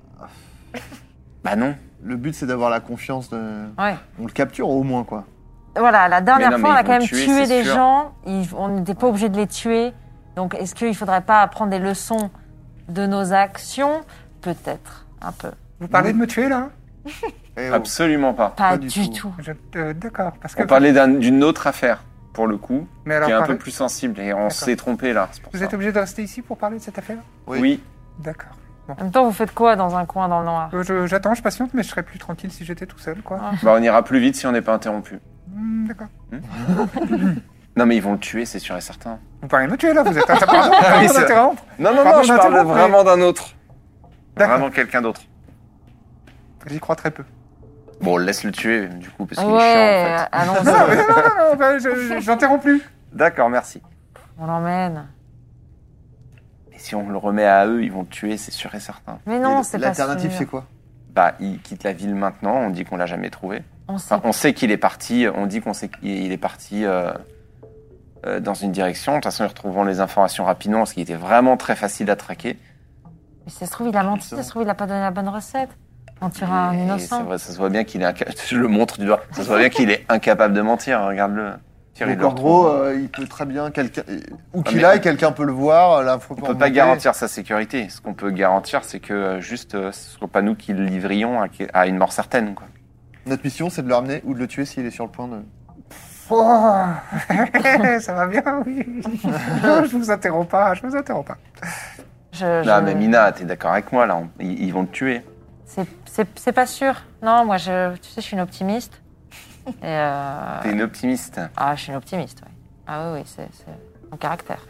Bah non. le but c'est d'avoir la confiance de. Ouais. On le capture au moins quoi. Voilà, la dernière Mais non, fois, on mais a ils quand vont même tuer, tué c'est des sûr. gens. Ils- on n'était pas obligé de les tuer. Donc, est-ce qu'il ne faudrait pas apprendre des leçons de nos actions? Peut-être, un peu. Vous parlez de me tuer là? Eh oh. Absolument pas. Pas, Pas du, du tout. tout. Je- euh, D'accord. Parce que. On parlait d'un- d'une autre affaire, pour le coup, Mais alors, qui est un parlez- peu plus sensible. Et on s'est trompé là, c'est pour Vous ça. êtes obligé de rester ici pour parler de cette affaire? Oui. Oui. D'accord. En même temps, vous faites quoi dans un coin dans le noir? Euh, je- J'attends, je patiente, mais je serais plus tranquille si j'étais tout seul, quoi. Ah. Bah on ira plus vite si on n'est pas interrompu. Hmm, D'accord. Non mais ils vont le tuer, c'est sûr et certain. Vous parlez de me tuer là? Vous êtes un pardon, pardon Oui, c'est- d'interrompre. Non, non, Pardon non, je parle d'interrompre, mais- vraiment d'un autre. D'accord. Vraiment quelqu'un d'autre. J'y crois très peu. Bon, laisse le tuer, du coup, parce qu'il est Ouais, chiant, en fait. allons-y. Non, mais non, non, non, non, bah, je- je- j'interromps plus. D'accord, merci. On l'emmène. Et si on le remet à eux, ils vont le tuer, c'est sûr et certain. Mais non, Et c'est pas L'alternative sûr. c'est quoi? Bah, il quitte la ville maintenant, on dit qu'on l'a jamais trouvé. On sait. Enfin, on sait qu'il est parti, on dit qu'on sait qu'il est parti euh, euh, dans une direction. De toute façon, ils retrouveront les informations rapidement, parce qu'il était vraiment très facile à traquer. Mais ça se trouve, il a menti. Ça se trouve, il n'a pas donné la bonne recette. On tuera un Et innocent. c'est vrai, ça se voit bien qu'il est incapable. Je le montre du doigt. Ça se voit bien qu'il est incapable de mentir. Regarde-le. Tiens, il Donc le en gros, retrouve. euh, il peut très bien quelqu'un où Ah, qu'il mais aille, on- quelqu'un peut le voir, l'info On peut peut pas remonter. garantir sa sécurité. Ce qu'on peut garantir, c'est que euh, juste, euh, ce ne soit pas nous qui le livrions à, à une mort certaine. Quoi. Notre mission, c'est de le ramener ou de le tuer s'il est sur le point de... Oh ça va bien, oui. Je vous interromps pas, je vous interromps pas. Je, Non, je- mais Mina, t'es d'accord avec moi, là. on- Ils, ils vont le tuer. C'est- C'est c'est pas sûr. Non, moi, je, tu sais, je suis une optimiste. Et euh... T'es une optimiste. Ah, je suis une optimiste, oui. Ah oui, oui, c'est c'est mon caractère.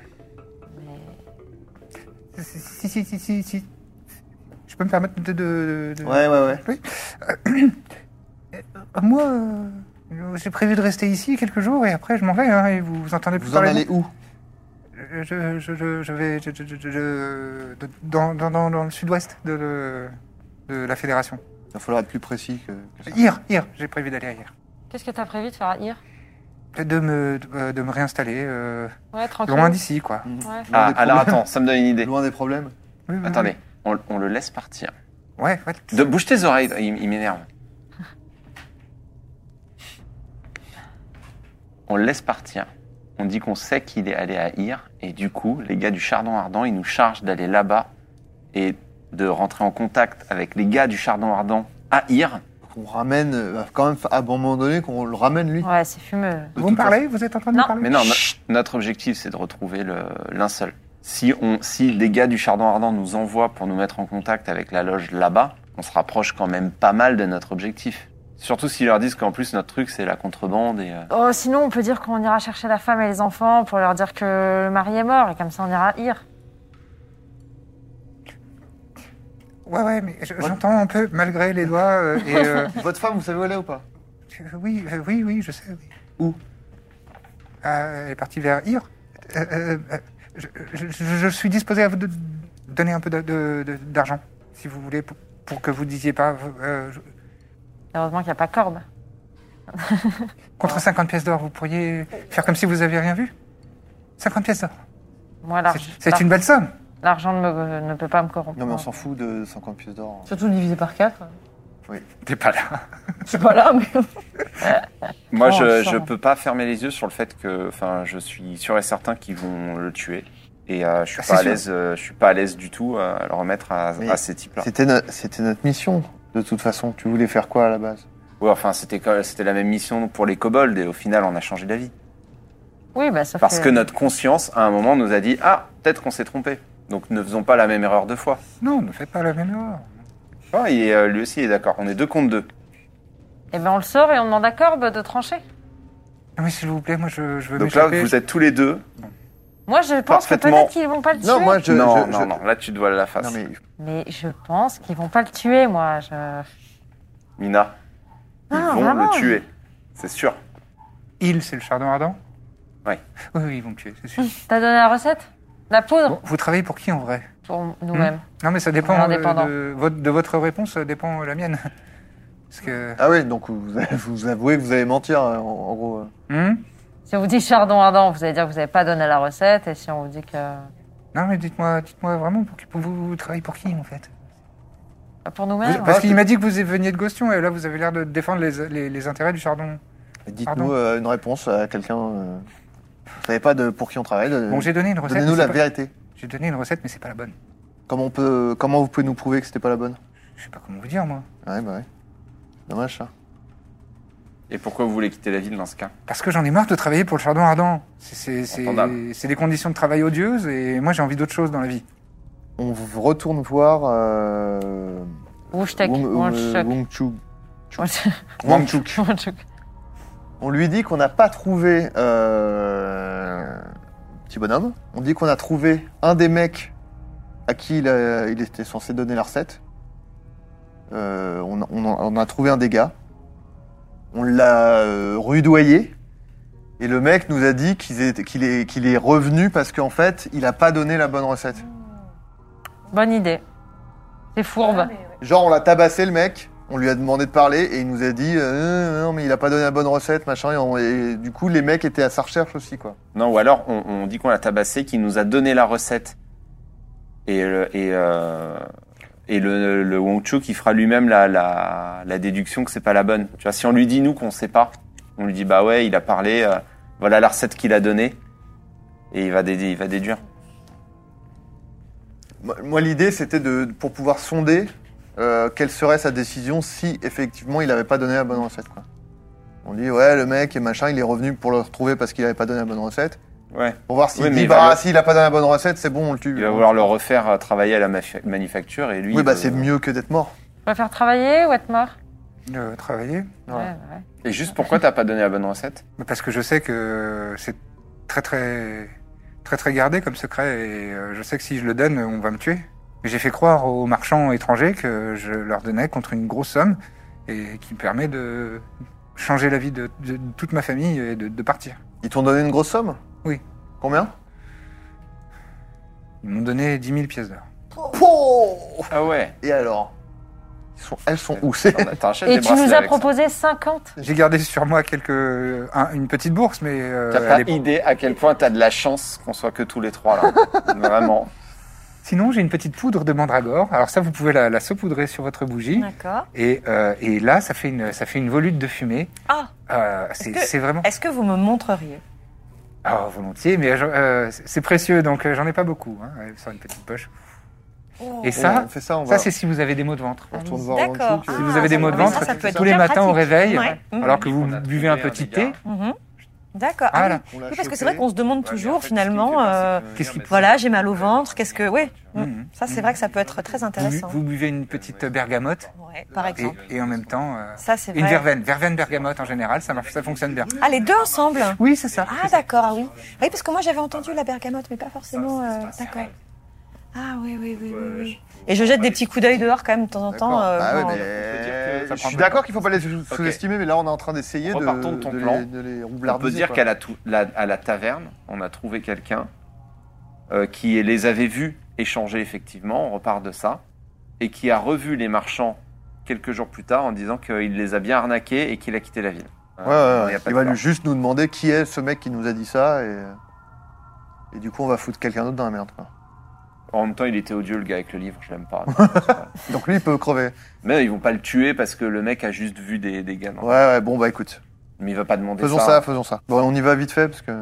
Mais... Si, si, si, si, si, si. Je peux me permettre de... de, de- Ouais, ouais, ouais. Oui. Euh, moi, euh, j'ai prévu de rester ici quelques jours et après je m'en vais, hein, et vous, vous entendez plus Vous en parler de allez où? moi. je, je, je, je vais je, je, je, je- de- dans, dans, dans, dans le sud-ouest de, le- de la Fédération. Il va falloir être plus précis que, que ça. Hier, hier, j'ai prévu d'aller hier. Qu'est-ce que t'as prévu de faire à Ir? De me, de, de me réinstaller euh, Ouais, tranquille. loin d'ici, quoi. Mhm. Ouais. Loin Ah, des alors problèmes. attends, ça me donne une idée. Loin des problèmes. Oui, oui, Attendez, on, on le laisse partir. oui. Ouais, ouais. De, bouge tes oreilles, il, il m'énerve. On le laisse partir. On dit qu'on sait qu'il est allé à Ir, et du coup, les gars du Chardon Ardent, ils nous chargent d'aller là-bas et de rentrer en contact avec les gars du Chardon Ardent à Ir. Qu'on ramène, euh, quand même, à un moment donné, qu'on le ramène lui. Ouais, c'est fumeux. De Vous toute me parlez? Vous êtes en train de Non. me parler? Mais non, no- notre objectif, c'est de retrouver le linceul. Si, on, si les gars du Chardon Ardent nous envoient pour nous mettre en contact avec la loge là-bas, on se rapproche quand même pas mal de notre objectif. Surtout s'ils leur disent qu'en plus, notre truc, c'est la contrebande et... euh, Oh, sinon, on peut dire qu'on ira chercher la femme et les enfants pour leur dire que le mari est mort, et comme ça, on ira à Ir. Ouais, ouais, mais je- j'entends un peu, malgré les doigts, euh, et... euh, Votre femme, vous savez où elle est ou pas? Euh, Oui, euh, oui, oui, je sais. Oui. Où? Euh, Elle est partie vers Ir. Euh, euh, euh, je, je- je- je suis disposé à vous de- donner un peu de- de- de- d'argent, si vous voulez, pour, pour que vous disiez pas. euh, je- Heureusement qu'il n'y a pas Corbe. contre cinquante pièces d'or, vous pourriez faire comme si vous aviez rien vu? cinquante pièces d'or. Moi, C'est- l'argent C'est une belle somme. l'argent ne, me- ne peut pas me corrompre. Non, mais on s'en fout de cinquante pièces d'or. Surtout divisé par quatre. T'es pas là. Je suis pas là, mais. Moi, Oh, je ça. je peux pas fermer les yeux sur le fait que, enfin, je suis sûr et certain qu'ils vont le tuer. Et euh, je suis Ah, pas à c'est sûr. l'aise, euh, je suis pas à l'aise du tout euh, à le remettre à, Mais à ces types-là. C'était no- c'était notre mission, de toute façon. Tu voulais faire quoi à la base? Ouais, enfin, c'était quand- c'était la même mission pour les kobolds et au final, on a changé d'avis. Oui, bah, sauf Parce que... que notre conscience, à un moment, nous a dit ah, peut-être qu'on s'est trompé. Donc, ne faisons pas la même erreur deux fois. Non, ne faites pas la même erreur. Ah, et euh, lui aussi est d'accord. On est deux contre deux. Eh ben, on le sort et on demande à Corbe de trancher. Non, mais s'il vous plaît, moi, je, je veux Donc là, m'échapper. vous êtes tous les deux. Moi, je pense que Parfaitement. peut-être qu'ils vont pas le tuer. Non, moi, je... non, je- non, je- non. Là, tu dois la face. Non, mais Mais je pense qu'ils vont pas le tuer, moi. Je... Mina, ils Ah, vont vraiment le tuer. C'est sûr. Il, c'est le chardon ardent? Ouais. Oui, oui, ils vont me tuer, c'est sûr. T'as donné la recette? La poudre? Bon, vous travaillez pour qui en vrai? Pour nous-mêmes. Non, mais ça dépend On est euh, indépendant. de, votre, de votre réponse, ça dépend euh, la mienne. Parce que. Ah oui, donc vous, vous avouez que vous allez mentir, en, en gros. Hmm Si on vous dit chardon ardent, vous allez dire que vous n'avez pas donné la recette. Et si on vous dit que... Non, mais dites-moi, dites-moi vraiment, pour, qui- pour vous, vous travaillez pour qui en fait? Pour nous-mêmes? Parce Ah, qu'il c'est- m'a dit que vous veniez de Gostion et là vous avez l'air de défendre les, les- les intérêts du chardon. Dites-nous Pardon. euh, une réponse à quelqu'un. euh, Vous savez pas de pour qui on travaille. de- Bon, j'ai donné une recette. Donnez-nous mais la c'est pas- vérité. J'ai donné une recette, mais c'est pas la bonne. Comment on peut, comment vous pouvez nous prouver que c'était pas la bonne? Je sais pas comment vous dire, moi. Ouais, bah ouais. Dommage ça. Et pourquoi vous voulez quitter la ville dans ce cas? Parce que j'en ai marre de travailler pour le chardon ardent. C'est- C'est c'est- Entendable. c'est des conditions de travail odieuses et moi j'ai envie d'autre chose dans la vie. On v- retourne voir. Euh... Wouchtek. Wong- Wouchtek. Wong Chuk. Wouchtek. Wangchuk. Wouchtek. On lui dit qu'on n'a pas trouvé euh... petit bonhomme. On dit qu'on a trouvé un des mecs à qui il, a- il était censé donner la recette. Euh, on, a- on a- on a trouvé un des gars. On l'a euh, rudoyé. Et le mec nous a dit qu'il est, qu'il est, qu'il est revenu parce qu'en fait, il n'a pas donné la bonne recette. Bonne idée. C'est fourbe. Genre, on l'a tabassé le mec. On lui a demandé de parler et il nous a dit euh, non mais il a pas donné la bonne recette machin et, on- et du coup les mecs étaient à sa recherche aussi quoi. Non, ou alors on, on dit qu'on l'a tabassé, qu'il nous a donné la recette. Et, le- et, euh, et le, le Wangchuk, il fera lui-même la, la, la déduction que c'est pas la bonne. Tu vois, si on lui dit nous qu'on sait pas, on lui dit bah ouais, il a parlé, euh, voilà la recette qu'il a donnée, et il va, dédu- il va déduire. Moi, moi, l'idée c'était de pour pouvoir sonder euh, quelle serait sa décision si effectivement il n'avait pas donné la bonne recette, quoi. On dit ouais, le mec et machin, il est revenu pour le retrouver parce qu'il n'avait pas donné la bonne recette. Ouais. Pour voir s'il Oui, mais dit il va bah le- s'il a pas donné la bonne recette, c'est bon, on le tue. Il va vouloir le refaire euh, travailler à la maf- manufacture et lui. Oui, bah il veut- c'est mieux que d'être mort. On va faire travailler ou être mort? Euh, travailler. Voilà. Ouais, ouais. Et juste pourquoi t'as pas donné la bonne recette? Mais Parce que je sais que c'est très très très très gardé comme secret et euh, je sais que si je le donne, on va me tuer. Mais j'ai fait croire aux marchands étrangers que je leur donnais contre une grosse somme et qui me permet de changer la vie de, de- de toute ma famille et de, de partir. Ils t'ont donné une grosse somme? Oui. Combien? Ils m'ont donné dix mille pièces d'or. Pouh Ah ouais. Et alors? Ils sont... Elles sont où? C'est T'en as- T'achètes Et des tu nous bracelets as avec ça. proposé cinquante. J'ai gardé sur moi quelques un- une petite bourse, mais euh, T'as elle pas est- idée à quel point t'as de la chance qu'on soit que tous les trois là. Vraiment. Sinon, j'ai une petite poudre de mandragore. Alors ça, vous pouvez la, la saupoudrer sur votre bougie. D'accord. Et, euh, et là, ça fait une, ça fait une volute de fumée. Ah, Euh, c'est que- c'est vraiment... est-ce que vous me montreriez? Ah, volontiers, mais je- euh, c'est c'est précieux, donc euh, j'en ai pas beaucoup. Hein, euh, sur une petite poche. Et ça, on fait ça, on va... ça c'est si vous avez des maux de ventre. on retourne voir D'accord. en dessous, Si tu- vous avez des maux de Ah, ventre, ça, ça peut être tous les bien matins au pratique. réveil, Ouais. Mhm. alors que vous On a buvez un trouvé petit dégât. thé, Mhm. D'accord. Ah Voilà. oui. On l'a Oui, parce que c'est chopé. vrai qu'on se demande Ouais, mais toujours en fait, ce qui me fait finalement, peur, c'est euh, que- qu'est-ce qui- voilà, j'ai mal au ventre, qu'est-ce que... Oui, Mhm. ça c'est vrai que ça peut être très vous, intéressant. vous buvez une petite bergamote Ouais, par et, exemple. et en même temps euh, Ça c'est une vrai. verveine. Verveine bergamote en général, ça marche, ça fonctionne bien. Ah, les deux ensemble? Oui, c'est ça. Ah d'accord, ah oui. Oui, parce que moi j'avais entendu la bergamote, mais pas forcément... euh, D'accord. Ah oui, oui, oui, oui, oui. Et je jette des petits coups d'œil dehors quand même de temps en temps. D'accord. euh, Bah ouais, bon. mais peut dire que ça je prend suis peu de d'accord temps. qu'il faut pas les sous- sous-estimer, mais là on est en train d'essayer de, Repartons de ton de plan. les, de les On roublardiser, peut dire quoi. qu'à la, tou- la- à la taverne, on a trouvé quelqu'un euh, qui les avait vus échanger effectivement, on repart de ça, et qui a revu les marchands quelques jours plus tard en disant qu'il les a bien arnaqués et qu'il a quitté la ville. Ouais, ouais, Euh, ouais. y a pas Il de va peur. lui juste nous demander qui est ce mec qui nous a dit ça et, et du coup on va foutre quelqu'un d'autre dans la merde, quoi. En même temps, il était odieux le gars avec le livre, je l'aime pas. Donc lui il peut crever. Mais ils vont pas le tuer parce que le mec a juste vu des, des gars. non. Ouais, ouais, bon bah écoute, Mais il va pas demander faisons ça. ça, faisons ça. Bon, on y va vite fait parce que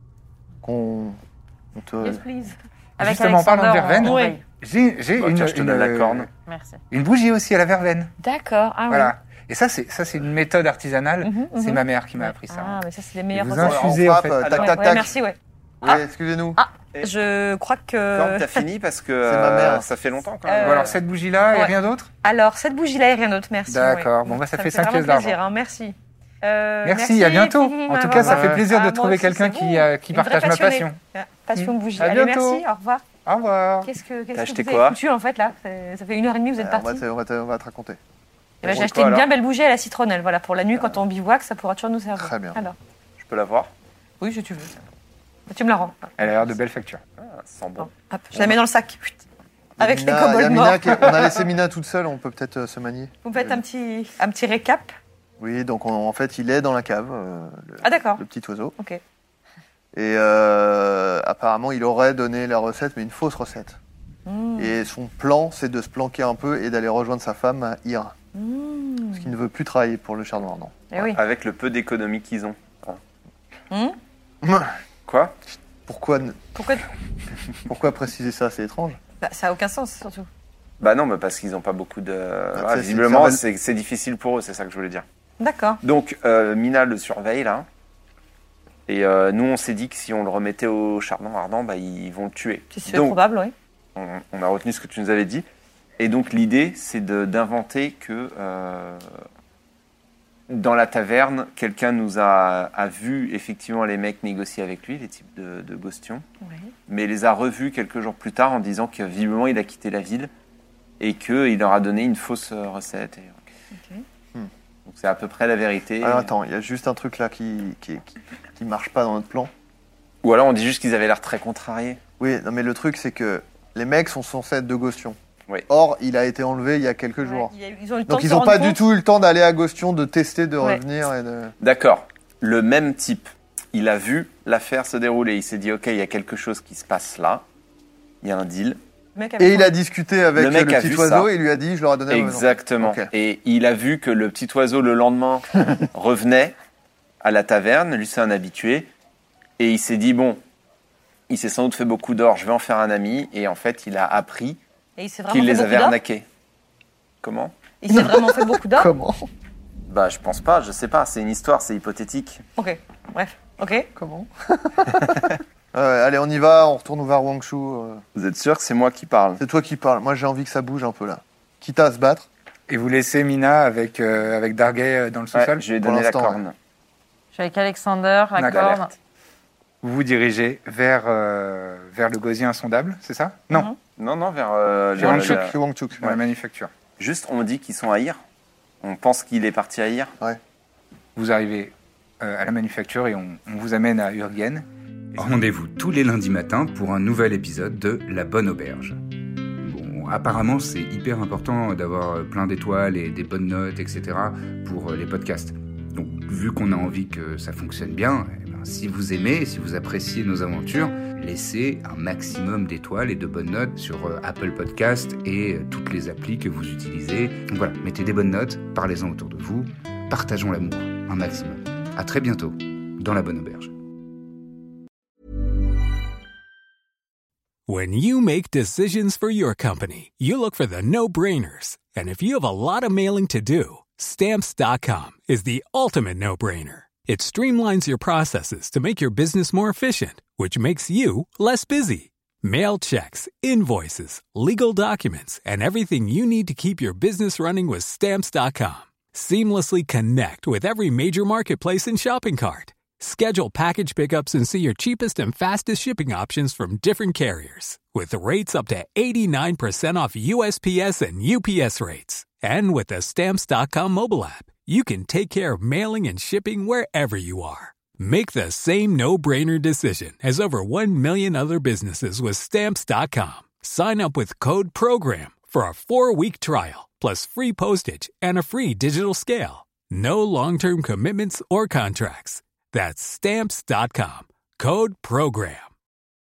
qu'on on te... Yes, please. Avec Justement, en parlant de Alexander, verveine, on- Oui. oui. J'ai j'ai Bah, une, tiens, je te une, donne la euh, corne. Merci. une bougie aussi à la verveine. D'accord, ah oui. Voilà. Et ça, c'est ça, c'est une méthode artisanale. Mhm, C'est mhm. ma mère qui m'a appris ça. Ah, mais ça c'est les meilleurs vous recettes. infusez on en frappe, fait. euh, tac, Alors, tac, Ouais, tac. merci, ouais. Oui, Ah. excusez-nous. Ah, je crois que... Corne, t'as fini parce que C'est ma mère. euh, ça fait longtemps quand Euh, même. Bon, alors cette bougie-là et ouais. rien d'autre. Alors, cette bougie-là et rien d'autre, merci. D'accord. ouais. Bon, bah, ça me fait cinq vraiment pièces d'argent. plaisir, hein, merci. Euh, Merci, à bientôt. Philippe, En tout au cas, ça revoir. fait plaisir de Ah, moi trouver aussi, quelqu'un c'est qui, bon. euh, qui Une vraie partage ma passionnée. passion. Ah, Passion bougie. À Allez, bientôt. merci, au revoir. Au revoir. Qu'est-ce que, qu'est-ce T'as que acheté vous quoi avez foutu en fait là? C'est- Ça fait une heure et demie, vous êtes Euh, on, va partis. te, on, va te, on va te raconter. Eh ben, j'ai Bon, acheté quoi, une bien alors belle bougie à la citronnelle, voilà, pour la nuit quand on bivouac, ça pourra toujours nous servir. Très bien. Alors, Je peux la voir? oui, si tu veux. Tu me la rends. Elle a l'air de belles factures. Ah, ça sent bon. Bon, hop, je la mets dans le sac. Chut. Avec Il y a les Mina- il y a kobolds Mina morts. qui est- on a laissé Mina toute seule, on peut peut-être euh, se manier. Vous me faites un petit, un petit récap. Oui, donc on- en fait, il est dans la cave, euh, le, Ah d'accord. le petit oiseau. Ok. Et euh, apparemment, il aurait donné la recette, mais une fausse recette. Mmh. Et son plan, c'est de se planquer un peu et d'aller rejoindre sa femme à Ira. Mmh. Parce qu'il ne veut plus travailler pour le Chardon Ardent. Eh oui. Avec le peu d'économie qu'ils ont. Mmh. Quoi? Pourquoi, ne- Pourquoi pourquoi préciser ça? C'est étrange. bah, ça a aucun sens surtout. Bah non, mais parce qu'ils n'ont pas beaucoup de. Voilà, c'est- visiblement, c'est- c'est c'est difficile pour eux, c'est ça que je voulais dire. D'accord. Donc, euh, Mina le surveille là. Et euh, nous, on s'est dit que si on le remettait au chardon ardent, bah, ils vont le tuer. C'est Donc, probable, oui. on, on a retenu ce que tu nous avais dit. Et donc, l'idée, c'est de- d'inventer que euh, dans la taverne, quelqu'un nous a, a vu effectivement les mecs négocier avec lui, les types de, de Gostion, Ouais. mais les a revus quelques jours plus tard en disant que visiblement il a quitté la ville et qu'il leur a donné une fausse euh, recette. Et- Ok. Donc c'est à peu près la vérité. Alors attends, il y a juste un truc là qui, qui, qui, qui marche pas dans notre plan. Ou alors on dit juste qu'ils avaient l'air très contrariés. Oui, non mais le truc c'est que les mecs sont censés être de Gostion. Oui. Or, il a été enlevé il y a quelques Ouais, jours. il y a- Ils ont eu le temps Donc de ils se n'ont rendre pas du compte. tout eu le temps d'aller à Gostion, de tester, de Ouais. revenir et de... D'accord. Le même type, il a vu l'affaire se dérouler. Il s'est dit, ok, il y a quelque chose qui se passe là. Il y a un deal. Le mec avait Et il a son- discuté avec Le le, mec a petit vu oiseau ça. et il lui a dit, je leur ai donné la bonne Exactement. Ok. Et il a vu que le petit oiseau, le lendemain, revenait à la taverne. Lui, c'est un habitué. Et il s'est dit, bon, il s'est sans doute fait beaucoup d'or, je vais en faire un ami. Et en fait, il a appris Et il s'est vraiment qu'il fait les beaucoup avait d'or. arnaqués. Comment? Il s'est vraiment fait beaucoup d'or? Comment? Bah, je pense pas, je sais pas, c'est une histoire, c'est hypothétique. Ok, bref, ok. Comment? Ouais, allez, on y va, on retourne vers Wangshu. euh. Vous êtes sûr que c'est moi qui parle? C'est toi qui parles. Moi, j'ai envie que ça bouge un peu là. Quitte à se battre. Et vous laissez Mina avec, euh, avec Dargay euh, dans le Ouais, sous-sol. je lui ai Pour donné la l'instant, corne. Je suis avec Alexander, la D'accord. corne. Vous vous dirigez vers, euh, vers le gosier insondable, c'est ça? Non, Mhm. Non, non, vers... euh, Chez le- Wangchuk. le- C'est Wangchuk. vers la manufacture. Juste, on me dit qu'ils sont à Ir. On pense qu'il est parti à Ir. Vous arrivez euh, à la manufacture et on, on vous amène à Urgen. Rendez-vous tous les lundis matins pour un nouvel épisode de La Bonne Auberge. Bon, apparemment, c'est hyper important d'avoir plein d'étoiles et des bonnes notes, et cetera pour les podcasts. Donc, vu qu'on a envie que ça fonctionne bien, eh ben, si vous aimez, si vous appréciez nos aventures, laissez un maximum d'étoiles et de bonnes notes sur euh, Apple Podcast et euh, toutes les applis que vous utilisez. Donc voilà, mettez des bonnes notes, parlez-en autour de vous, partageons l'amour un maximum. À très bientôt dans La Bonne Auberge. When you make decisions for your company, you look for the no-brainers. And if you have a lot of mailing to do, Stamps dot com is the ultimate no-brainer. It streamlines your processes to make your business more efficient, which makes you less busy. Mail checks, invoices, legal documents, and everything you need to keep your business running with Stamps dot com. Seamlessly connect with every major marketplace and shopping cart. Schedule package pickups and see your cheapest and fastest shipping options from different carriers. With rates up to eighty-nine percent off U S P S and U P S rates. And with the Stamps dot com mobile app, you can take care of mailing and shipping wherever you are. Make the same no-brainer decision as over one million other businesses with Stamps dot com. Sign up with code PROGRAM for a four-week trial, plus free postage and a free digital scale. No long-term commitments or contracts. That's Stamps dot com. Code PROGRAM.